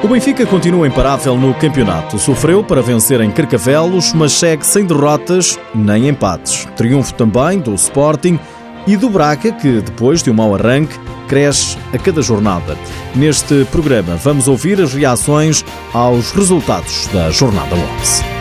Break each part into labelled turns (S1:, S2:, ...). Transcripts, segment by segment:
S1: O Benfica continua imparável no campeonato. Sofreu para vencer em Carcavelos, mas segue sem derrotas nem empates. Triunfo também do Sporting e do Braga, que depois de um mau arranque, cresce a cada jornada. Neste programa vamos ouvir as reações aos resultados da jornada 11.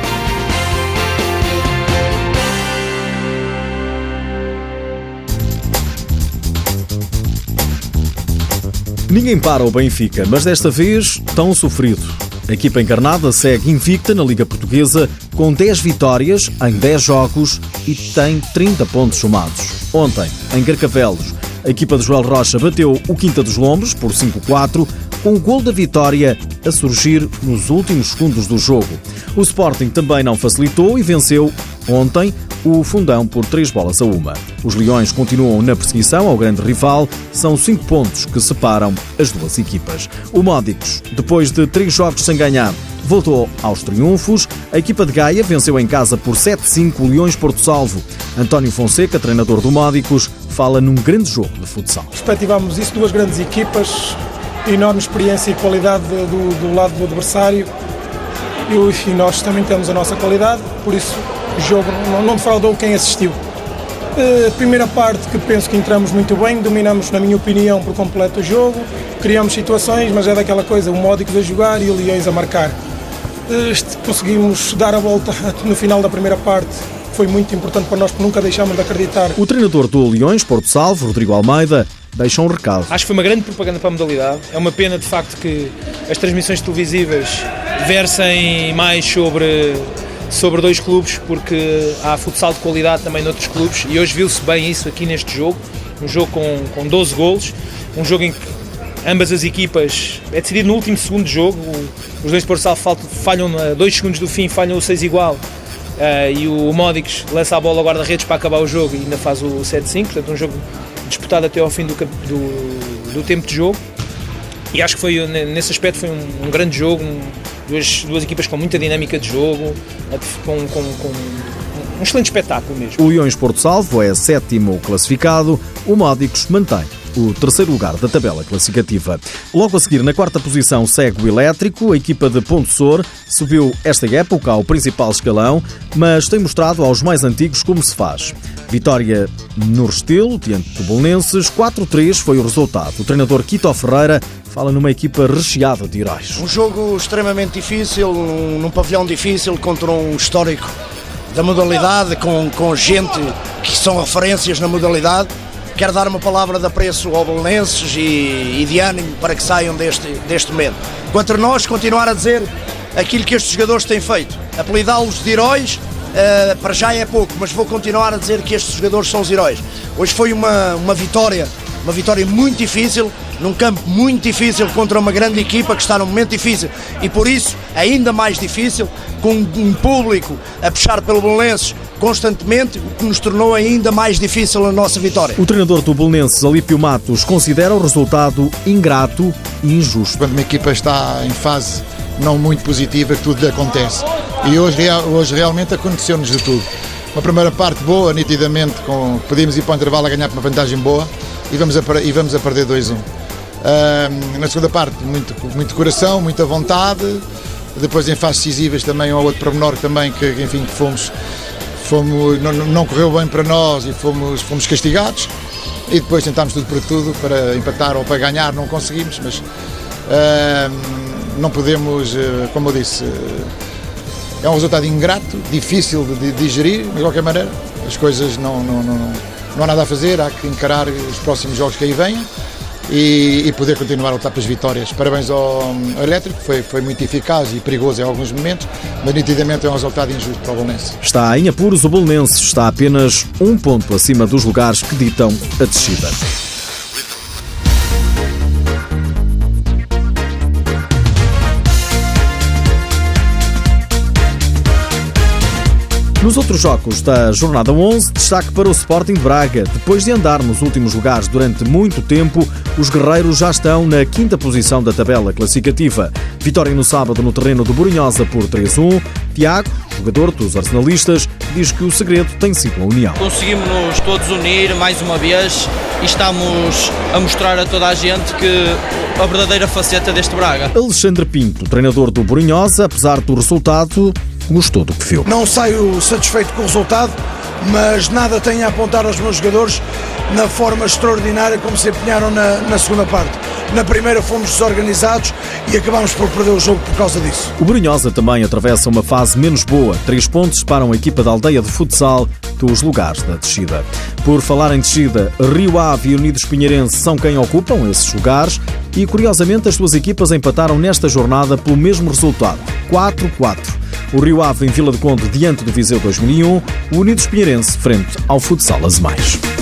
S1: Ninguém para o Benfica, mas desta vez tão sofrido. A equipa encarnada segue invicta na Liga Portuguesa com 10 vitórias em 10 jogos e tem 30 pontos somados. Ontem, em Carcavelos, a equipa de Joel Rocha bateu o Quinta dos Lombos por 5-4, com o gol da vitória a surgir nos últimos segundos do jogo. O Sporting também não facilitou e venceu ontem o Fundão por 3-1. Os Leões continuam na perseguição ao grande rival. São 5 pontos que separam as duas equipas. O Módicos, depois de 3 jogos sem ganhar, voltou aos triunfos. A equipa de Gaia venceu em casa por 7-5 o Leões Porto Salvo. António Fonseca, treinador do Módicos, fala num grande jogo de futsal.
S2: Perspectivamos isso, duas grandes equipas, enorme experiência e qualidade do lado do adversário, e nós também temos a nossa qualidade, por isso o jogo não defraudou quem assistiu. A primeira parte, que penso que entramos muito bem, dominamos, na minha opinião, por completo o jogo, criamos situações, mas é daquela coisa, o Módicos a jogar e o Leões a marcar. Conseguimos dar a volta no final da primeira parte. Foi muito importante para nós, porque nunca deixámos de acreditar.
S1: O treinador do Leões Porto Salvo, Rodrigo Almeida, deixa um recado.
S3: Acho que foi uma grande propaganda para a modalidade. É uma pena, de facto, que as transmissões televisivas versem mais sobre dois clubes, porque há futsal de qualidade também noutros clubes, e hoje viu-se bem isso aqui neste jogo. Um jogo com 12 golos, um jogo em que ambas as equipas, é decidido no último segundo de jogo. Os dois de Porto Salvo falham a 2 segundos do fim, falham o 6 igual. E o Módicos lança a bola ao guarda-redes para acabar o jogo e ainda faz o 7-5, portanto um jogo disputado até ao fim do tempo de jogo, e acho que foi, nesse aspecto, foi um grande jogo, duas equipas com muita dinâmica de jogo, com um excelente espetáculo mesmo.
S1: O Leões Porto Salvo é 7º classificado, o Módicos mantém o 3º lugar da tabela classificativa. Logo a seguir, na 4ª posição, segue o Elétrico. A equipa de Ponte Sor subiu esta época ao principal escalão, mas tem mostrado aos mais antigos como se faz. Vitória no Restelo, diante do Belenenses, 4-3 foi o resultado. O treinador Quito Ferreira fala numa equipa recheada de heróis.
S4: Um jogo extremamente difícil, num pavilhão difícil, contra um histórico da modalidade, com gente que são referências na modalidade. Quero dar uma palavra de apreço ao Belenenses e de ânimo para que saiam deste momento. Quanto a nós, continuar a dizer aquilo que estes jogadores têm feito. Apelidá-los de heróis, para já é pouco, mas vou continuar a dizer que estes jogadores são os heróis. Hoje foi uma vitória muito difícil, num campo muito difícil, contra uma grande equipa que está num momento difícil, e por isso ainda mais difícil, com um público a puxar pelo Belenenses constantemente, o que nos tornou ainda mais difícil a nossa vitória.
S1: O treinador do Belenenses, Alípio Matos, considera o resultado ingrato e injusto.
S5: Quando uma equipa está em fase não muito positiva, que tudo lhe acontece. E hoje realmente aconteceu-nos de tudo. Uma primeira parte boa, nitidamente, podíamos ir para o intervalo a ganhar com uma vantagem boa, e vamos a perder 2-1. Na segunda parte, muito coração, muita vontade. Depois, em fases decisivas, também um outro pormenor também que não correu bem para nós e fomos castigados, e depois tentámos tudo por tudo para empatar ou para ganhar, não conseguimos, mas não podemos, como eu disse, é um resultado ingrato, difícil de digerir, mas de qualquer maneira as coisas não há nada a fazer, há que encarar os próximos jogos que aí vêm e poder continuar a lutar pelas vitórias. Parabéns ao Elétrico, foi muito eficaz e perigoso em alguns momentos, mas nitidamente é um resultado injusto para o Belenenses.
S1: Está em apuros o Belenenses, está apenas 1 ponto acima dos lugares que ditam a descida. Nos outros jogos da jornada 11, destaque para o Sporting de Braga. Depois de andar nos últimos lugares durante muito tempo, os guerreiros já estão na 5ª posição da tabela classificativa. Vitória no sábado no terreno do Borinhosa por 3-1. Tiago, jogador dos arsenalistas, diz que o segredo tem sido a união.
S6: Conseguimos-nos todos unir mais uma vez e estamos a mostrar a toda a gente que a verdadeira faceta deste Braga.
S1: Alexandre Pinto, treinador do Borinhosa, apesar do resultado, gostou do que viu.
S7: Não saio satisfeito com o resultado, mas nada tenho a apontar aos meus jogadores na forma extraordinária como se empenharam na segunda parte. Na primeira fomos desorganizados e acabámos por perder o jogo por causa disso.
S1: O Borinhosa também atravessa uma fase menos boa. 3 pontos separam a equipa da Aldeia de Futsal dos lugares da descida. Por falar em descida, Rio Ave e Unidos Pinheirense são quem ocupam esses lugares e, curiosamente, as duas equipas empataram nesta jornada pelo mesmo resultado, 4-4. O Rio Ave em Vila do Conde diante do Viseu 2001, o Unidos Pinheirense frente ao Futsal Azemais.